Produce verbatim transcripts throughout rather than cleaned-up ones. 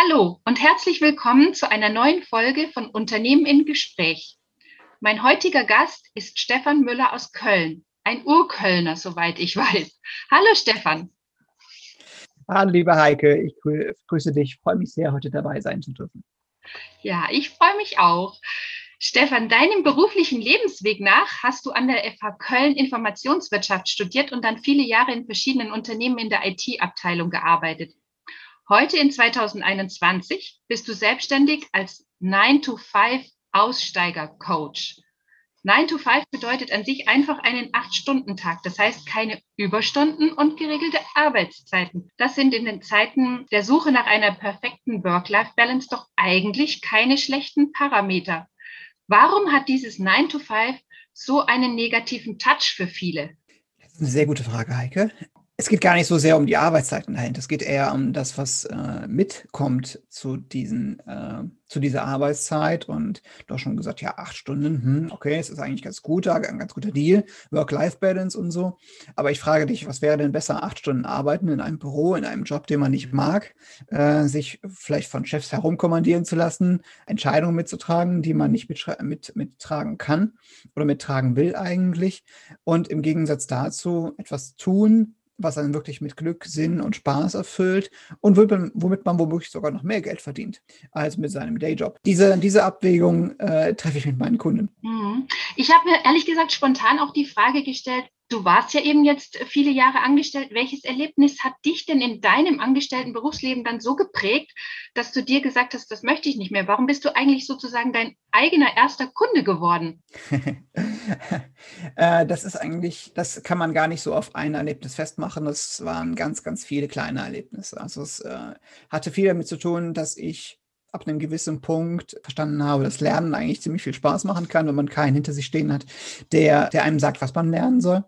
Hallo und herzlich willkommen zu einer neuen Folge von Unternehmen im Gespräch. Mein heutiger Gast ist Stefan Müller aus Köln, ein Urkölner, soweit ich weiß. Hallo Stefan. Hallo, liebe Heike, ich grü grüße dich. Freue mich sehr, heute dabei sein zu dürfen. Ja, ich freue mich auch. Stefan, deinem beruflichen Lebensweg nach hast du an der F H Köln Informationswirtschaft studiert und dann viele Jahre in verschiedenen Unternehmen in der I T-Abteilung gearbeitet. Heute in zweitausendeinundzwanzig bist du selbstständig als nine to five Aussteiger-Coach. nine to five bedeutet an sich einfach einen acht-Stunden-Tag. Das heißt keine Überstunden und geregelte Arbeitszeiten. Das sind in den Zeiten der Suche nach einer perfekten Work-Life-Balance doch eigentlich keine schlechten Parameter. Warum hat dieses nine to five so einen negativen Touch für viele? Das ist eine sehr gute Frage, Heike. Es geht gar nicht so sehr um die Arbeitszeiten dahinter. Es geht eher um das, was äh, mitkommt zu diesen, äh, zu dieser Arbeitszeit. Und du hast schon gesagt, ja, acht Stunden, hm, okay, es ist eigentlich ganz guter, ein ganz guter Deal, Work-Life-Balance und so. Aber ich frage dich, was wäre denn besser, acht Stunden arbeiten in einem Büro, in einem Job, den man nicht mag, äh, sich vielleicht von Chefs herumkommandieren zu lassen, Entscheidungen mitzutragen, die man nicht mit, mit, mittragen kann oder mittragen will eigentlich. Und im Gegensatz dazu etwas tun, was einen wirklich mit Glück, Sinn und Spaß erfüllt und womit man womöglich sogar noch mehr Geld verdient als mit seinem Dayjob. Diese, diese Abwägung äh, treffe ich mit meinen Kunden. Ich habe mir ehrlich gesagt spontan auch die Frage gestellt, du warst ja eben jetzt viele Jahre angestellt. Welches Erlebnis hat dich denn in deinem angestellten Berufsleben dann so geprägt, dass du dir gesagt hast, das möchte ich nicht mehr? Warum bist du eigentlich sozusagen dein eigener erster Kunde geworden? äh, das ist eigentlich, das kann man gar nicht so auf ein Erlebnis festmachen. Das waren ganz, ganz viele kleine Erlebnisse. Also es äh, hatte viel damit zu tun, dass ich ab einem gewissen Punkt verstanden habe, dass Lernen eigentlich ziemlich viel Spaß machen kann, wenn man keinen hinter sich stehen hat, der, der einem sagt, was man lernen soll.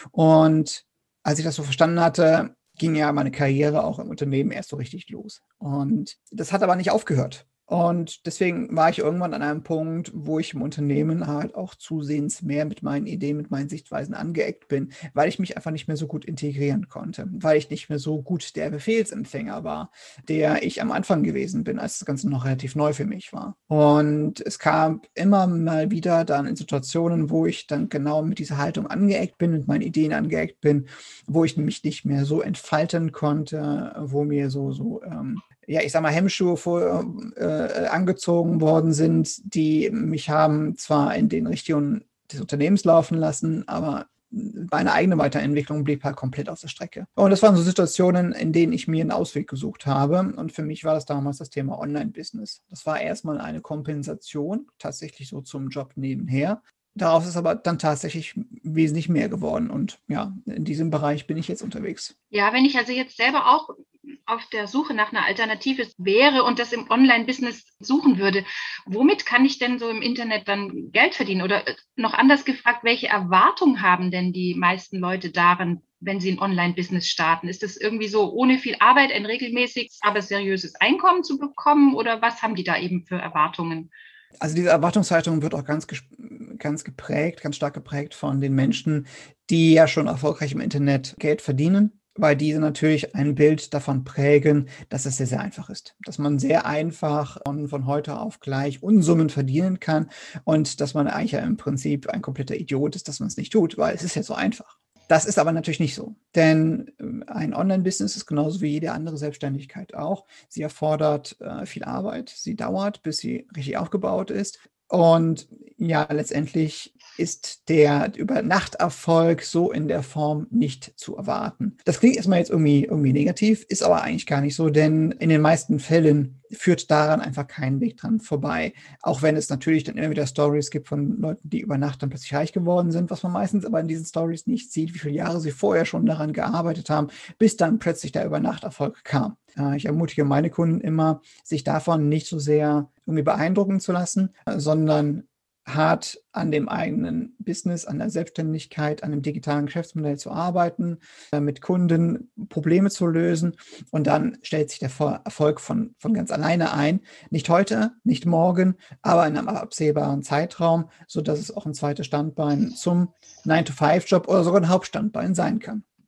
Und als ich das so verstanden hatte, ging ja meine Karriere auch im Unternehmen erst so richtig los. Und das hat aber nicht aufgehört. Und deswegen war ich irgendwann an einem Punkt, wo ich im Unternehmen halt auch zusehends mehr mit meinen Ideen, mit meinen Sichtweisen angeeckt bin, weil ich mich einfach nicht mehr so gut integrieren konnte, weil ich nicht mehr so gut der Befehlsempfänger war, der ich am Anfang gewesen bin, als das Ganze noch relativ neu für mich war. Und es kam immer mal wieder dann in Situationen, wo ich dann genau mit dieser Haltung angeeckt bin, mit meinen Ideen angeeckt bin, wo ich mich nicht mehr so entfalten konnte, wo mir so, so ähm, ja, ich sag mal, Hemmschuhe vor, äh, angezogen worden sind, die mich haben zwar in den Richtungen des Unternehmens laufen lassen, aber meine eigene Weiterentwicklung blieb halt komplett auf der Strecke. Und das waren so Situationen, in denen ich mir einen Ausweg gesucht habe. Und für mich war das damals das Thema Online-Business. Das war erstmal eine Kompensation, tatsächlich so zum Job nebenher. Daraus ist aber dann tatsächlich wesentlich mehr geworden. Und ja, in diesem Bereich bin ich jetzt unterwegs. Ja, wenn ich also jetzt selber auch auf der Suche nach einer Alternative wäre und das im Online-Business suchen würde, womit kann ich denn so im Internet dann Geld verdienen? Oder noch anders gefragt, welche Erwartungen haben denn die meisten Leute daran, wenn sie ein Online-Business starten? Ist das irgendwie so ohne viel Arbeit ein regelmäßiges, aber seriöses Einkommen zu bekommen? Oder was haben die da eben für Erwartungen? Also diese Erwartungshaltung wird auch ganz, ganz geprägt, ganz stark geprägt von den Menschen, die ja schon erfolgreich im Internet Geld verdienen, weil diese natürlich ein Bild davon prägen, dass es sehr, sehr einfach ist. Dass man sehr einfach von, von heute auf gleich Unsummen verdienen kann und dass man eigentlich ja im Prinzip ein kompletter Idiot ist, dass man es nicht tut, weil es ist ja so einfach. Das ist aber natürlich nicht so, denn ein Online-Business ist genauso wie jede andere Selbstständigkeit auch. Sie erfordert äh, viel Arbeit, sie dauert, bis sie richtig aufgebaut ist. Und ja, letztendlich ist der Übernachterfolg so in der Form nicht zu erwarten. Das klingt erstmal jetzt irgendwie, irgendwie negativ, ist aber eigentlich gar nicht so, denn in den meisten Fällen führt daran einfach kein Weg dran vorbei. Auch wenn es natürlich dann immer wieder Stories gibt von Leuten, die über Nacht dann plötzlich reich geworden sind, was man meistens aber in diesen Stories nicht sieht, wie viele Jahre sie vorher schon daran gearbeitet haben, bis dann plötzlich der Übernachterfolg kam. Ich ermutige meine Kunden immer, sich davon nicht so sehr irgendwie beeindrucken zu lassen, sondern hart an dem eigenen Business, an der Selbstständigkeit, an dem digitalen Geschäftsmodell zu arbeiten, mit Kunden Probleme zu lösen und dann stellt sich der Erfolg von, von ganz alleine ein. Nicht heute, nicht morgen, aber in einem absehbaren Zeitraum, sodass es auch ein zweites Standbein zum nine to five Job oder sogar ein Hauptstandbein sein kann.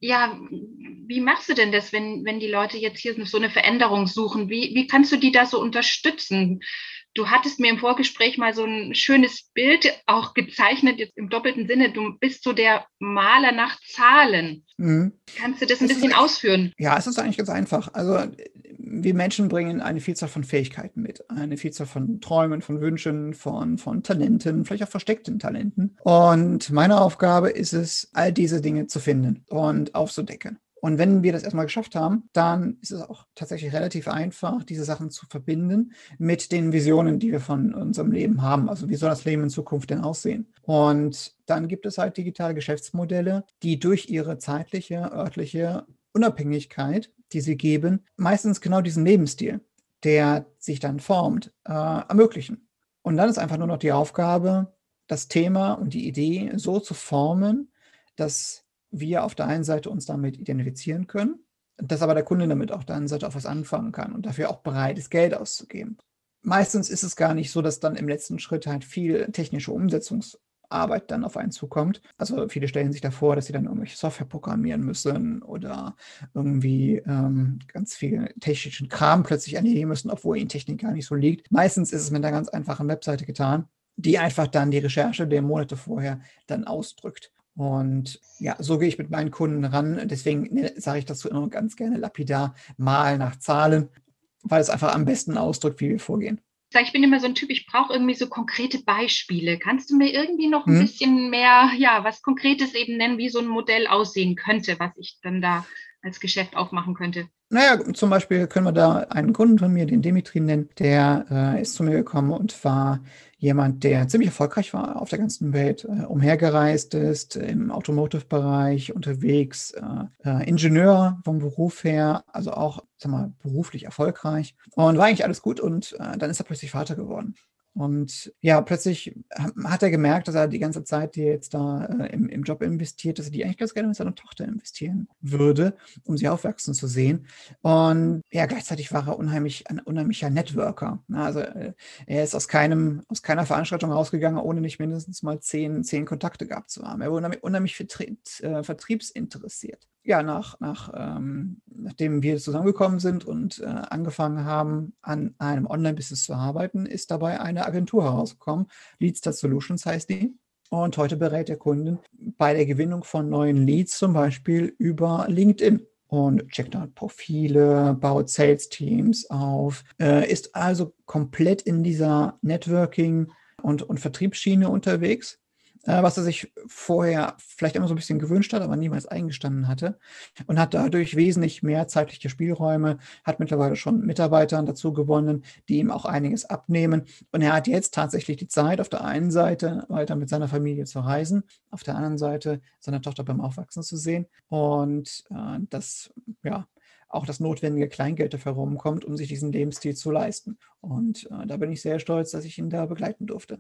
ja, wie machst du denn das, wenn, wenn die Leute jetzt hier so eine Veränderung suchen? Wie, wie kannst du die da so unterstützen? Du hattest mir im Vorgespräch mal so ein schönes Bild auch gezeichnet, jetzt im doppelten Sinne. Du bist so der Maler nach Zahlen. Mhm. Kannst du das ein Es ist, bisschen ausführen? ja, es ist eigentlich ganz einfach. Also wir Menschen bringen eine Vielzahl von Fähigkeiten mit, eine Vielzahl von Träumen, von Wünschen, von, von Talenten, vielleicht auch versteckten Talenten. Und meine Aufgabe ist es, all diese Dinge zu finden und aufzudecken. Und wenn wir das erstmal geschafft haben, dann ist es auch tatsächlich relativ einfach, diese Sachen zu verbinden mit den Visionen, die wir von unserem Leben haben. Also wie soll das Leben in Zukunft denn aussehen? Und dann gibt es halt digitale Geschäftsmodelle, die durch ihre zeitliche, örtliche Unabhängigkeit, die sie geben, meistens genau diesen Lebensstil, der sich dann formt, äh, ermöglichen. Und dann ist einfach nur noch die Aufgabe, das Thema und die Idee so zu formen, dass wir auf der einen Seite uns damit identifizieren können, dass aber der Kunde damit auf der anderen Seite auch was anfangen kann und dafür auch bereit ist, Geld auszugeben. Meistens ist es gar nicht so, dass dann im letzten Schritt halt viel technische Umsetzungsarbeit dann auf einen zukommt. Also viele stellen sich da vor, dass sie dann irgendwelche Software programmieren müssen oder irgendwie ähm, ganz viel technischen Kram plötzlich erledigen müssen, obwohl ihnen Technik gar nicht so liegt. Meistens ist es mit einer ganz einfachen Webseite getan, die einfach dann die Recherche der Monate vorher dann ausdrückt. Und ja, so gehe ich mit meinen Kunden ran. Deswegen sage ich dazu immer ganz gerne lapidar, mal nach Zahlen, weil es einfach am besten ausdrückt, wie wir vorgehen. Ich bin immer so ein Typ, ich brauche irgendwie so konkrete Beispiele. Kannst du mir irgendwie noch ein Hm? bisschen mehr, ja, was Konkretes eben nennen, wie so ein Modell aussehen könnte, was ich dann da als Geschäft aufmachen könnte? Naja, zum Beispiel können wir da einen Kunden von mir, den Dimitri nennen, der äh, ist zu mir gekommen und war jemand, der ziemlich erfolgreich war auf der ganzen Welt, äh, umhergereist ist, im Automotive-Bereich unterwegs, äh, äh, Ingenieur vom Beruf her, also auch, sag mal, beruflich erfolgreich und war eigentlich alles gut und äh, dann ist er plötzlich Vater geworden. Und ja, plötzlich hat er gemerkt, dass er die ganze Zeit, die er jetzt da äh, im, im Job investiert, dass er die eigentlich ganz gerne mit seiner Tochter investieren würde, um sie aufwachsen zu sehen. Und ja, gleichzeitig war er unheimlich, ein unheimlicher Networker. Also äh, er ist aus keinem, aus keiner Veranstaltung rausgegangen, ohne nicht mindestens mal zehn, zehn Kontakte gehabt zu haben. Er war unheimlich, unheimlich vertrieb, äh, vertriebsinteressiert. Ja, nach, nach, ähm, nachdem wir zusammengekommen sind und äh, angefangen haben, an einem Online-Business zu arbeiten, ist dabei eine Agentur herausgekommen. Leadstar Solutions heißt die. Und heute berät der Kunden bei der Gewinnung von neuen Leads zum Beispiel über LinkedIn und checkt dort Profile, baut Sales-Teams auf, äh, ist also komplett in dieser Networking- und, und Vertriebsschiene unterwegs, äh, was er sich vorher vielleicht immer so ein bisschen gewünscht hat, aber niemals eingestanden hatte und hat dadurch wesentlich mehr zeitliche Spielräume, hat mittlerweile schon Mitarbeitern dazu gewonnen, die ihm auch einiges abnehmen und er hat jetzt tatsächlich die Zeit, auf der einen Seite weiter mit seiner Familie zu reisen, auf der anderen Seite seine Tochter beim Aufwachsen zu sehen und äh, das, ja, auch das notwendige Kleingeld dafür rumkommt, um sich diesen Lebensstil zu leisten. Und äh, da bin ich sehr stolz, dass ich ihn da begleiten durfte.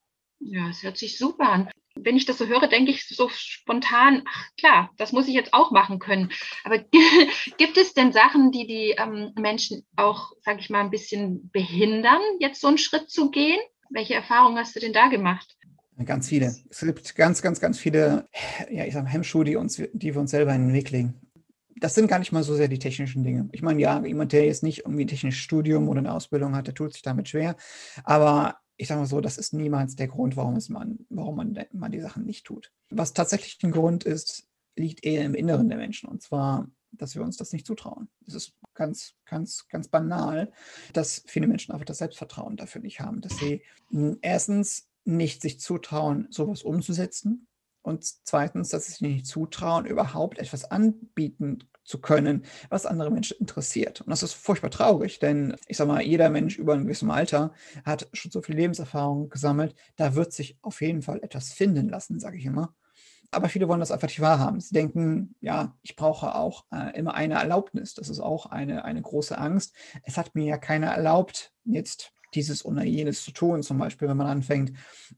Ja, es hört sich super an. Wenn ich das so höre, denke ich so spontan, ach klar, das muss ich jetzt auch machen können. Aber gibt es denn Sachen, die die ähm, Menschen auch, sage ich mal, ein bisschen behindern, jetzt so einen Schritt zu gehen? Welche Erfahrungen hast du denn da gemacht? Ganz viele. Es gibt ganz, ganz, ganz viele, ja, ich sage Hemmschuhe, die, uns, die wir uns selber in den Weg legen. Das sind gar nicht mal so sehr die technischen Dinge. Ich meine, ja, jemand, der jetzt nicht irgendwie ein technisches Studium oder eine Ausbildung hat, der tut sich damit schwer. Aber ich sage mal so, das ist niemals der Grund, warum, es man, warum man, man die Sachen nicht tut. Was tatsächlich ein Grund ist, liegt eher im Inneren der Menschen. Und zwar, dass wir uns das nicht zutrauen. Das ist ganz, ganz, ganz banal, dass viele Menschen einfach das Selbstvertrauen dafür nicht haben, dass sie erstens nicht sich zutrauen, sowas umzusetzen. Und zweitens, dass sie sich nicht zutrauen, überhaupt etwas anbieten zu können, was andere Menschen interessiert. Und das ist furchtbar traurig, denn ich sage mal, jeder Mensch über ein gewisses Alter hat schon so viel Lebenserfahrung gesammelt, da wird sich auf jeden Fall etwas finden lassen, sage ich immer. Aber viele wollen das einfach nicht wahrhaben. Sie denken, ja, ich brauche auch äh, immer eine Erlaubnis. Das ist auch eine, eine große Angst. Es hat mir ja keiner erlaubt, jetzt dieses oder jenes zu tun. Zum Beispiel, wenn man anfängt,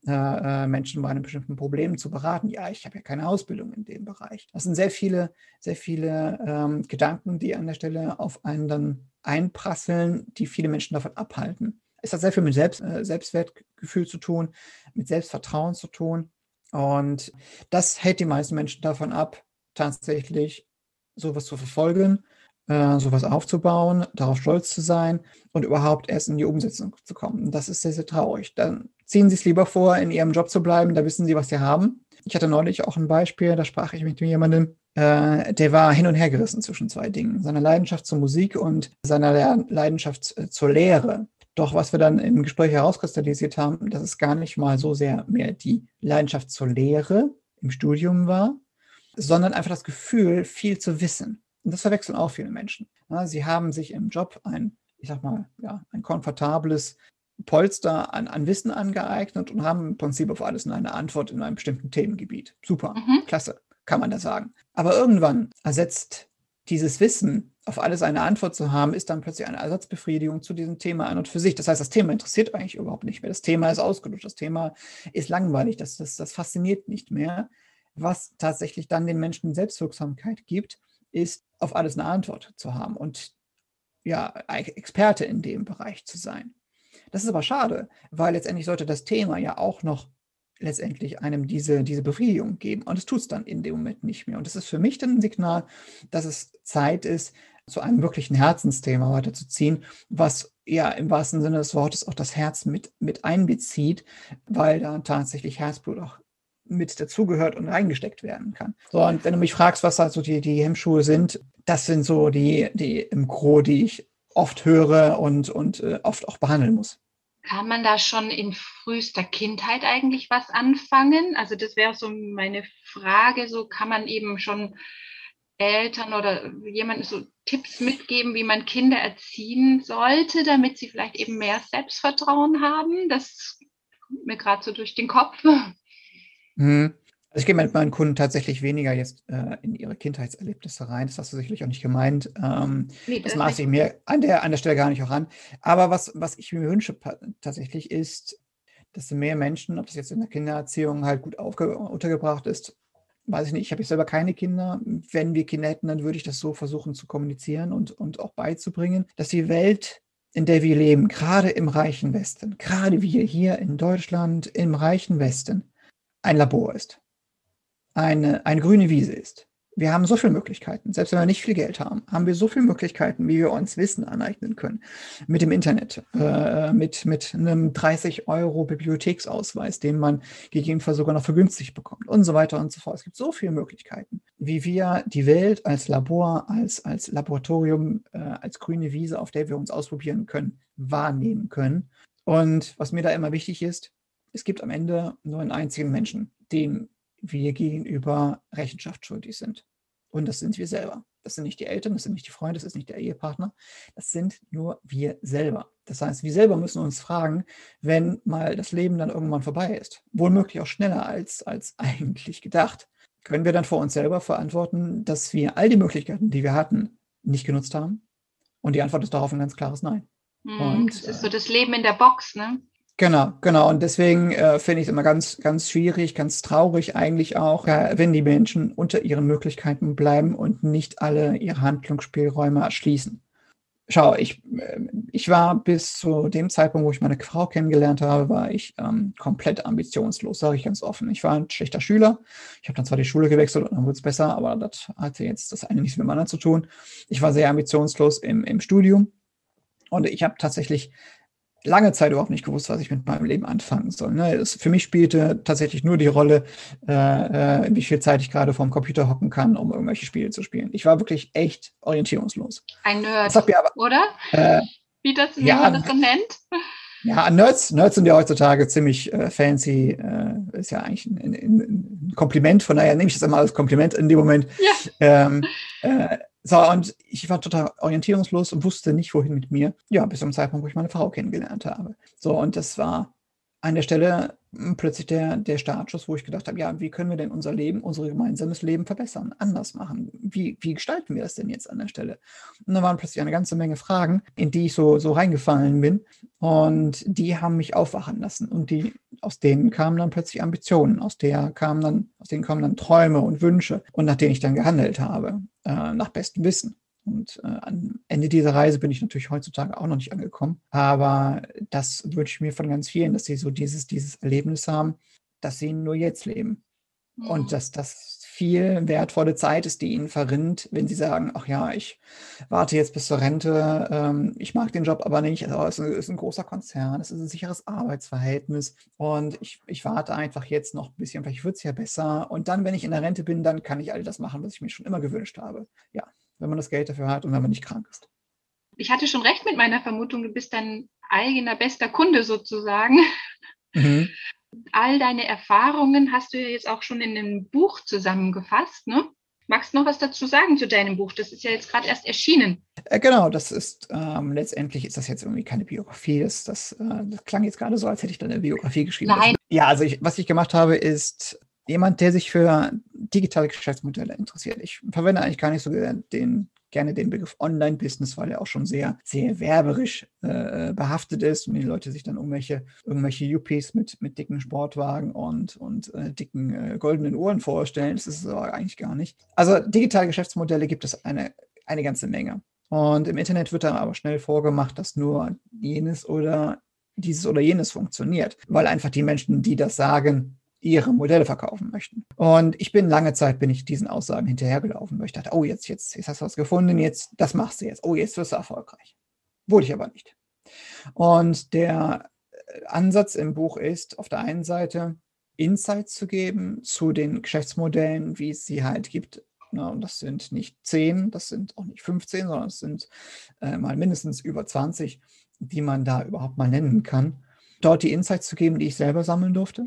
äh, Menschen bei einem bestimmten Problem zu beraten. Ja, ich habe ja keine Ausbildung in dem Bereich. Das sind sehr viele, sehr viele ähm, Gedanken, die an der Stelle auf einen dann einprasseln, die viele Menschen davon abhalten. Es hat sehr viel mit Selbst, äh, Selbstwertgefühl zu tun, mit Selbstvertrauen zu tun. Und das hält die meisten Menschen davon ab, tatsächlich sowas zu verfolgen, äh, sowas aufzubauen, darauf stolz zu sein und überhaupt erst in die Umsetzung zu kommen. Und das ist sehr, sehr traurig. Dann ziehen Sie es lieber vor, in Ihrem Job zu bleiben, da wissen Sie, was Sie haben. Ich hatte neulich auch ein Beispiel, da sprach ich mit jemandem, äh, der war hin und her gerissen zwischen zwei Dingen, seiner Leidenschaft zur Musik und seiner Le- Leidenschaft äh, zur Lehre. Doch was wir dann im Gespräch herauskristallisiert haben, dass es gar nicht mal so sehr mehr die Leidenschaft zur Lehre im Studium war, sondern einfach das Gefühl, viel zu wissen. Und das verwechseln auch viele Menschen. Ja, sie haben sich im Job ein, ich sag mal, ja, ein komfortables Polster an, an Wissen angeeignet und haben im Prinzip auf alles eine Antwort in einem bestimmten Themengebiet. Super, Mhm. klasse, kann man da sagen. Aber irgendwann ersetzt dieses Wissen, auf alles eine Antwort zu haben, ist dann plötzlich eine Ersatzbefriedigung zu diesem Thema an und für sich. Das heißt, das Thema interessiert eigentlich überhaupt nicht mehr. Das Thema ist ausgelutscht, das Thema ist langweilig, das, das, das fasziniert nicht mehr. Was tatsächlich dann den Menschen Selbstwirksamkeit gibt, ist, auf alles eine Antwort zu haben und ja, Experte in dem Bereich zu sein. Das ist aber schade, weil letztendlich sollte das Thema ja auch noch letztendlich einem diese, diese Befriedigung geben. Und es tut es dann in dem Moment nicht mehr. Und das ist für mich dann ein Signal, dass es Zeit ist, zu einem wirklichen Herzensthema weiterzuziehen, was ja im wahrsten Sinne des Wortes auch das Herz mit, mit einbezieht, weil da tatsächlich Herzblut auch mit dazugehört und reingesteckt werden kann. So, und wenn du mich fragst, was halt so die, die Hemmschuhe sind, das sind so die, die im Gros, die ich oft höre und, und äh, oft auch behandeln muss. Kann man da schon in frühester Kindheit eigentlich was anfangen? Also das wäre so meine Frage, so kann man eben schon Eltern oder jemanden so Tipps mitgeben, wie man Kinder erziehen sollte, damit sie vielleicht eben mehr Selbstvertrauen haben? Das kommt mir gerade so durch den Kopf. Mhm. Also ich gehe mit meinen Kunden tatsächlich weniger jetzt äh, in ihre Kindheitserlebnisse rein. Das hast du sicherlich auch nicht gemeint. Ähm, Nee, das das maße ich nicht. mir an der, an der Stelle gar nicht auch an. Aber was, was ich mir wünsche pa- tatsächlich ist, dass mehr Menschen, ob das jetzt in der Kindererziehung halt gut aufge untergebracht ist, weiß ich nicht. Ich habe jetzt selber keine Kinder. Wenn wir Kinder hätten, dann würde ich das so versuchen zu kommunizieren und, und auch beizubringen, dass die Welt, in der wir leben, gerade im reichen Westen, gerade wir hier in Deutschland im reichen Westen, ein Labor ist, eine, eine grüne Wiese ist. Wir haben so viele Möglichkeiten. Selbst wenn wir nicht viel Geld haben, haben wir so viele Möglichkeiten, wie wir uns Wissen aneignen können. Mit dem Internet, äh, mit, mit einem dreißig Euro Bibliotheksausweis, den man gegebenenfalls sogar noch vergünstigt bekommt und so weiter und so fort. Es gibt so viele Möglichkeiten, wie wir die Welt als Labor, als, als Laboratorium, äh, als grüne Wiese, auf der wir uns ausprobieren können, wahrnehmen können. Und was mir da immer wichtig ist, es gibt am Ende nur einen einzigen Menschen, dem wir gegenüber Rechenschaft schuldig sind. Und das sind wir selber. Das sind nicht die Eltern, das sind nicht die Freunde, das ist nicht der Ehepartner. Das sind nur wir selber. Das heißt, wir selber müssen uns fragen, wenn mal das Leben dann irgendwann vorbei ist, wohlmöglich auch schneller als, als eigentlich gedacht, können wir dann vor uns selber verantworten, dass wir all die Möglichkeiten, die wir hatten, nicht genutzt haben? Und die Antwort ist darauf ein ganz klares Nein. Hm, Und das ist äh, so das Leben in der Box, ne? Genau, genau. Und deswegen äh, finde ich es immer ganz, ganz schwierig, ganz traurig eigentlich auch, äh, wenn die Menschen unter ihren Möglichkeiten bleiben und nicht alle ihre Handlungsspielräume erschließen. Schau, ich, äh, ich war bis zu dem Zeitpunkt, wo ich meine Frau kennengelernt habe, war ich ähm, komplett ambitionslos, sage ich ganz offen. Ich war ein schlechter Schüler. Ich habe dann zwar die Schule gewechselt und dann wurde es besser, aber das hatte jetzt das eine nichts mit dem anderen zu tun. Ich war sehr ambitionslos im, im Studium und ich habe tatsächlich lange Zeit überhaupt nicht gewusst, was ich mit meinem Leben anfangen soll. Ne? Es, für mich spielte tatsächlich nur die Rolle, äh, äh, wie viel Zeit ich gerade vorm Computer hocken kann, um irgendwelche Spiele zu spielen. Ich war wirklich echt orientierungslos. Ein Das hat Nerd, mir aber, oder? äh, Wie, das, wie man ja, das so nennt? ja, Nerds, Nerds sind ja heutzutage ziemlich äh, fancy, äh, ist ja eigentlich ein, ein, ein Kompliment, von daher nehme ich das immer als Kompliment in dem Moment. Ja. Ähm, äh, so, und ich war total orientierungslos und wusste nicht, wohin mit mir. Ja, bis zum Zeitpunkt, wo ich meine Frau kennengelernt habe. So, und das war an der Stelle mh, plötzlich der, der Startschuss, wo ich gedacht habe, ja, wie können wir denn unser Leben, unser gemeinsames Leben verbessern, anders machen? Wie, wie gestalten wir das denn jetzt an der Stelle? Und da waren plötzlich eine ganze Menge Fragen, in die ich so, so reingefallen bin. Und die haben mich aufwachen lassen. Und die, aus denen kamen dann plötzlich Ambitionen, aus der kamen dann, aus denen kamen dann Träume und Wünsche und nach denen ich dann gehandelt habe, äh, nach bestem Wissen. Und äh, am Ende dieser Reise bin ich natürlich heutzutage auch noch nicht angekommen. Aber das wünsche ich mir von ganz vielen, dass sie so dieses, dieses Erlebnis haben, dass sie nur jetzt leben. Und Hm. dass das viel wertvolle Zeit ist, die ihnen verrinnt, wenn sie sagen, ach ja, ich warte jetzt bis zur Rente, ähm, ich mag den Job aber nicht, also es ist ein, ist ein großer Konzern, es ist ein sicheres Arbeitsverhältnis und ich, ich warte einfach jetzt noch ein bisschen, vielleicht wird es ja besser und dann, wenn ich in der Rente bin, dann kann ich all das machen, was ich mir schon immer gewünscht habe. Ja, wenn man das Geld dafür hat und wenn man nicht krank ist. Ich hatte schon recht mit meiner Vermutung, du bist dein eigener bester Kunde sozusagen. Mhm. All deine Erfahrungen hast du ja jetzt auch schon in einem Buch zusammengefasst, ne? Magst du noch was dazu sagen zu deinem Buch? Das ist ja jetzt gerade erst erschienen. Äh, genau, das ist ähm, letztendlich ist das jetzt irgendwie keine Biografie. Das, das, äh, das klang jetzt gerade so, als hätte ich dann eine Biografie geschrieben. Nein. Das, ja, also ich, was ich gemacht habe, ist jemand, der sich für digitale Geschäftsmodelle interessiert. Ich verwende eigentlich gar nicht so den, gerne den Begriff Online-Business, weil er auch schon sehr, sehr werberisch äh, behaftet ist und die Leute sich dann irgendwelche, irgendwelche Yuppies mit, mit dicken Sportwagen und, und äh, dicken äh, goldenen Uhren vorstellen. Das ist es aber eigentlich gar nicht. Also digitale Geschäftsmodelle gibt es eine, eine ganze Menge. Und im Internet wird dann aber schnell vorgemacht, dass nur jenes oder dieses oder jenes funktioniert, weil einfach die Menschen, die das sagen, ihre Modelle verkaufen möchten. Und ich bin lange Zeit, bin ich diesen Aussagen hinterhergelaufen, weil ich dachte, oh, jetzt, jetzt, jetzt hast du was gefunden, jetzt, das machst du jetzt. Oh, jetzt wirst du erfolgreich. Wurde ich aber nicht. Und der Ansatz im Buch ist, auf der einen Seite Insights zu geben zu den Geschäftsmodellen, wie es sie halt gibt. Ja, und das sind nicht zehn, das sind auch nicht fünfzehn, sondern es sind äh, mal mindestens über zwanzig, die man da überhaupt mal nennen kann. Dort die Insights zu geben, die ich selber sammeln durfte.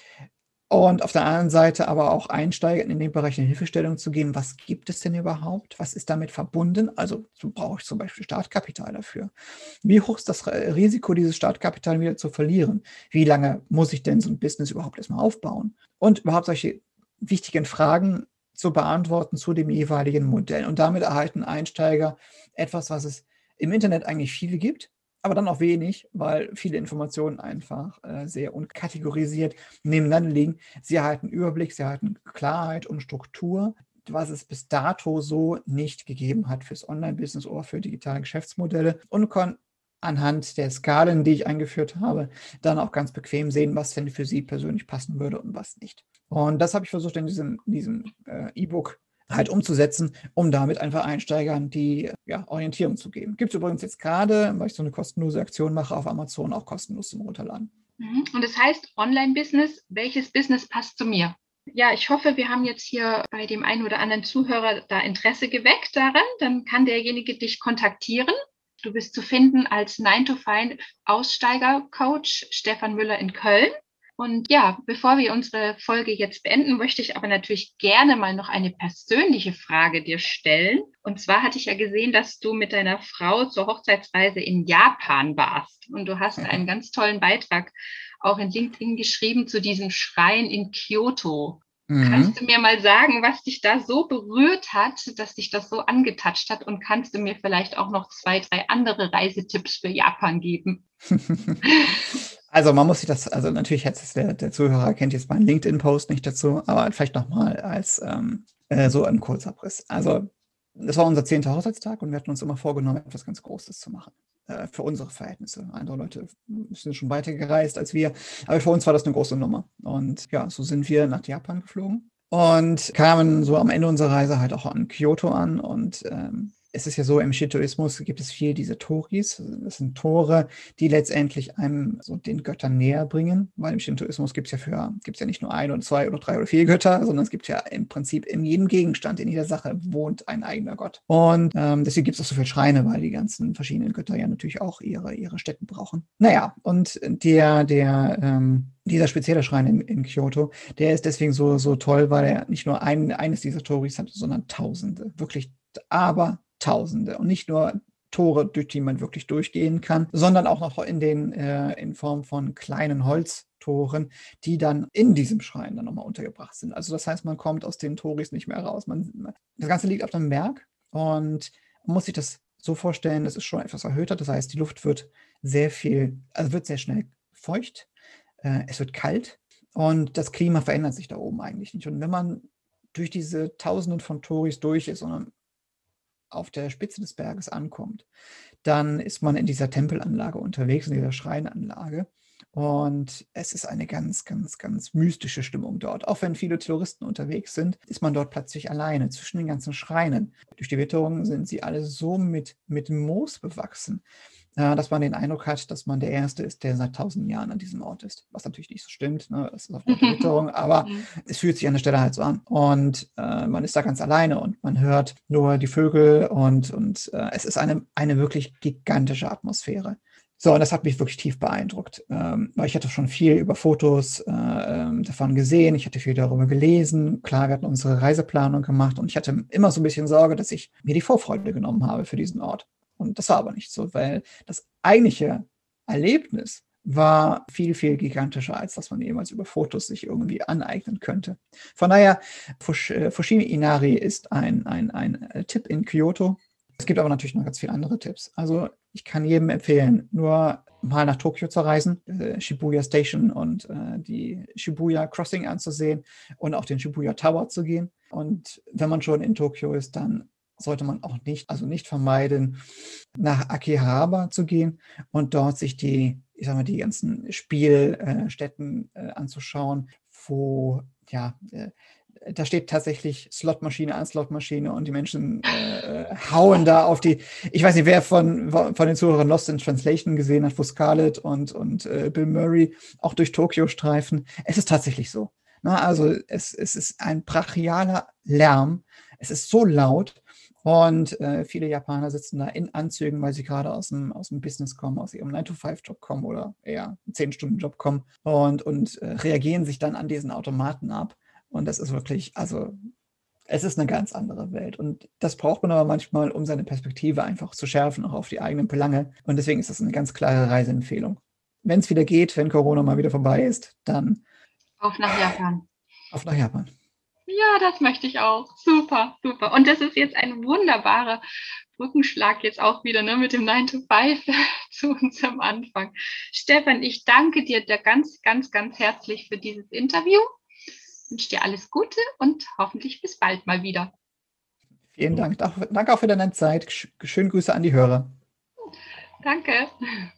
Und auf der anderen Seite aber auch Einsteigern in dem Bereich eine Hilfestellung zu geben, was gibt es denn überhaupt? Was ist damit verbunden? Also so brauche ich zum Beispiel Startkapital dafür. Wie hoch ist das Risiko, dieses Startkapital wieder zu verlieren? Wie lange muss ich denn so ein Business überhaupt erstmal aufbauen? Und überhaupt solche wichtigen Fragen zu beantworten zu dem jeweiligen Modell. Und damit erhalten Einsteiger etwas, was es im Internet eigentlich viel gibt, aber dann auch wenig, weil viele Informationen einfach äh, sehr unkategorisiert nebeneinander liegen. Sie erhalten Überblick, sie erhalten Klarheit und Struktur, was es bis dato so nicht gegeben hat fürs Online-Business oder für digitale Geschäftsmodelle und können anhand der Skalen, die ich eingeführt habe, dann auch ganz bequem sehen, was denn für Sie persönlich passen würde und was nicht. Und das habe ich versucht in diesem, diesem äh, E-Book halt umzusetzen, um damit einfach Einsteigern die ja, Orientierung zu geben. Gibt es übrigens jetzt gerade, weil ich so eine kostenlose Aktion mache, auf Amazon auch kostenlos zum Runterladen. Und das heißt Online-Business, welches Business passt zu mir? Ja, ich hoffe, wir haben jetzt hier bei dem einen oder anderen Zuhörer da Interesse geweckt daran. Dann kann derjenige dich kontaktieren. Du bist zu finden als nine to five Aussteiger-Coach Stefan Müller in Köln. Und ja, bevor wir unsere Folge jetzt beenden, möchte ich aber natürlich gerne mal noch eine persönliche Frage dir stellen. Und zwar hatte ich ja gesehen, dass du mit deiner Frau zur Hochzeitsreise in Japan warst. Und du hast einen ganz tollen Beitrag auch in LinkedIn geschrieben zu diesem Schrein in Kyoto. Mhm. Kannst du mir mal sagen, was dich da so berührt hat, dass dich das so angetatscht hat? Und kannst du mir vielleicht auch noch zwei, drei andere Reisetipps für Japan geben? Also man muss sich das, also natürlich jetzt der, der Zuhörer kennt jetzt meinen LinkedIn-Post nicht dazu, aber vielleicht nochmal als ähm, äh, so ein Kurzabriss. Also das war unser zehnter Hochzeitstag und wir hatten uns immer vorgenommen, etwas ganz Großes zu machen. Äh, für unsere Verhältnisse. Andere Leute sind schon weiter gereist als wir, aber für uns war das eine große Nummer. Und ja, so sind wir nach Japan geflogen und kamen so am Ende unserer Reise halt auch an Kyoto an und ähm, es ist ja so, im Shintoismus gibt es viel diese Toris. Das sind Tore, die letztendlich einem so den Göttern näher bringen, weil im Shintoismus gibt es ja für, gibt's ja nicht nur ein oder zwei oder drei oder vier Götter, sondern es gibt ja im Prinzip in jedem Gegenstand, in jeder Sache wohnt ein eigener Gott. Und ähm, deswegen gibt es auch so viele Schreine, weil die ganzen verschiedenen Götter ja natürlich auch ihre, ihre Stätten brauchen. Naja, und der, der, ähm, dieser spezielle Schrein in, in Kyoto, der ist deswegen so, so toll, weil er nicht nur ein, eines dieser Toris hat, sondern Tausende, wirklich aber Tausende und nicht nur Tore, durch die man wirklich durchgehen kann, sondern auch noch in den äh, in Form von kleinen Holztoren, die dann in diesem Schrein dann nochmal untergebracht sind. Also das heißt, man kommt aus den Toris nicht mehr raus. Man, das Ganze liegt auf einem Berg und man muss sich das so vorstellen, das ist schon etwas erhöhter. Das heißt, die Luft wird sehr viel, also wird sehr schnell feucht, äh, es wird kalt und das Klima verändert sich da oben eigentlich nicht. Und wenn man durch diese Tausenden von Toris durch ist und auf der Spitze des Berges ankommt, dann ist man in dieser Tempelanlage unterwegs, in dieser Schreinanlage. Und es ist eine ganz, ganz, ganz mystische Stimmung dort. Auch wenn viele Touristen unterwegs sind, ist man dort plötzlich alleine zwischen den ganzen Schreinen. Durch die Witterung sind sie alle so mit, mit Moos bewachsen, äh, dass man den Eindruck hat, dass man der Erste ist, der seit tausend Jahren an diesem Ort ist. Was natürlich nicht so stimmt, ne? Das ist aufgrund der Witterung, aber es fühlt sich an der Stelle halt so an. Und äh, man ist da ganz alleine und man hört nur die Vögel und, und äh, es ist eine, eine wirklich gigantische Atmosphäre. So, und das hat mich wirklich tief beeindruckt, ähm, weil ich hatte schon viel über Fotos äh, ähm, davon gesehen, ich hatte viel darüber gelesen, klar, wir hatten unsere Reiseplanung gemacht und ich hatte immer so ein bisschen Sorge, dass ich mir die Vorfreude genommen habe für diesen Ort. Und das war aber nicht so, weil das eigentliche Erlebnis war viel, viel gigantischer, als dass man jemals über Fotos sich irgendwie aneignen könnte. Von daher, Fush, äh, Fushimi Inari ist ein, ein, ein äh, Tipp in Kyoto. Es gibt aber natürlich noch ganz viele andere Tipps. Also ich kann jedem empfehlen, nur mal nach Tokio zu reisen, äh, Shibuya Station und äh, die Shibuya Crossing anzusehen und auch den Shibuya Tower zu gehen. Und wenn man schon in Tokio ist, dann sollte man auch nicht, also nicht vermeiden, nach Akihabara zu gehen und dort sich die, ich sag mal, die ganzen Spielstätten äh, anzuschauen, wo, ja, äh, da steht tatsächlich Slotmaschine an Slotmaschine und die Menschen äh, hauen da auf die, ich weiß nicht, wer von, von den Zuhörern Lost in Translation gesehen hat, wo Scarlett und, und äh, Bill Murray auch durch Tokio streifen. Es ist tatsächlich so. Na, also es, es ist ein brachialer Lärm. Es ist so laut. Und äh, viele Japaner sitzen da in Anzügen, weil sie gerade aus dem, aus dem Business kommen, aus ihrem nine to five Job kommen oder eher zehn Stunden Job kommen und, und äh, reagieren sich dann an diesen Automaten ab. Und das ist wirklich, also es ist eine ganz andere Welt. Und das braucht man aber manchmal, um seine Perspektive einfach zu schärfen, auch auf die eigenen Belange. Und deswegen ist das eine ganz klare Reiseempfehlung. Wenn es wieder geht, wenn Corona mal wieder vorbei ist, dann Auf nach Japan. auf nach Japan. Ja, das möchte ich auch. Super, super. Und das ist jetzt ein wunderbarer Brückenschlag jetzt auch wieder, ne, mit dem nine to five zu unserem Anfang. Stefan, ich danke dir da ganz, ganz, ganz herzlich für dieses Interview. Ich wünsche dir alles Gute und hoffentlich bis bald mal wieder. Vielen Dank. Danke auch für deine Zeit. Schöne Grüße an die Hörer. Danke.